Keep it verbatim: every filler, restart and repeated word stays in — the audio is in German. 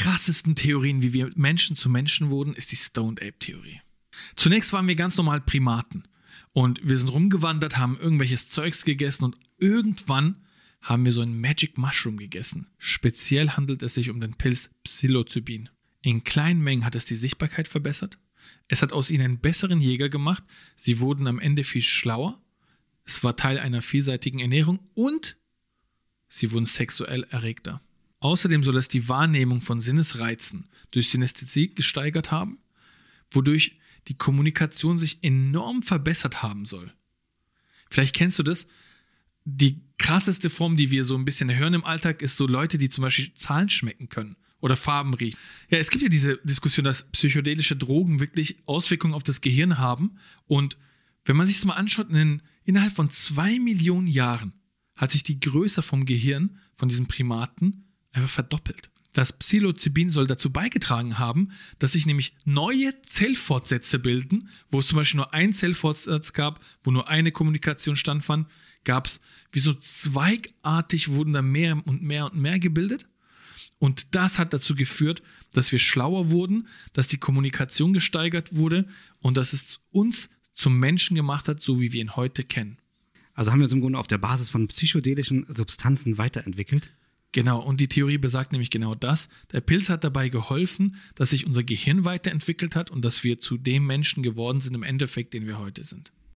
krassesten Theorien, wie wir Menschen zu Menschen wurden, ist die Stoned Ape-Theorie. Zunächst waren wir ganz normal Primaten und wir sind rumgewandert, haben irgendwelches Zeugs gegessen und irgendwann haben wir so ein Magic Mushroom gegessen. Speziell handelt es sich um den Pilz Psilocybin. In kleinen Mengen hat es die Sichtbarkeit verbessert. Es hat aus ihnen einen besseren Jäger gemacht. Sie wurden am Ende viel schlauer. Es war Teil einer vielseitigen Ernährung und sie wurden sexuell erregter. Außerdem soll es die Wahrnehmung von Sinnesreizen durch Synästhesie gesteigert haben, wodurch die Kommunikation sich enorm verbessert haben soll. Vielleicht kennst du das. Die krasseste Form, die wir so ein bisschen hören im Alltag, ist so Leute, die zum Beispiel Zahlen schmecken können oder Farben riechen. Ja, es gibt ja diese Diskussion, dass psychedelische Drogen wirklich Auswirkungen auf das Gehirn haben. Und wenn man sich das mal anschaut, in, innerhalb von zwei Millionen Jahren hat sich die Größe vom Gehirn von diesen Primaten einfach verdoppelt. Das Psilocybin soll dazu beigetragen haben, dass sich nämlich neue Zellfortsätze bilden, wo es zum Beispiel nur einen Zellfortsatz gab, wo nur eine Kommunikation stattfand, gab es wie so zweigartig wurden da mehr und mehr und mehr gebildet. Und das hat dazu geführt, dass wir schlauer wurden, dass die Kommunikation gesteigert wurde und dass es uns zum Menschen gemacht hat, so wie wir ihn heute kennen. Also haben wir uns im Grunde auf der Basis von psychedelischen Substanzen weiterentwickelt? Genau, und die Theorie besagt nämlich genau das. Der Pilz hat dabei geholfen, dass sich unser Gehirn weiterentwickelt hat und dass wir zu dem Menschen geworden sind im Endeffekt, den wir heute sind.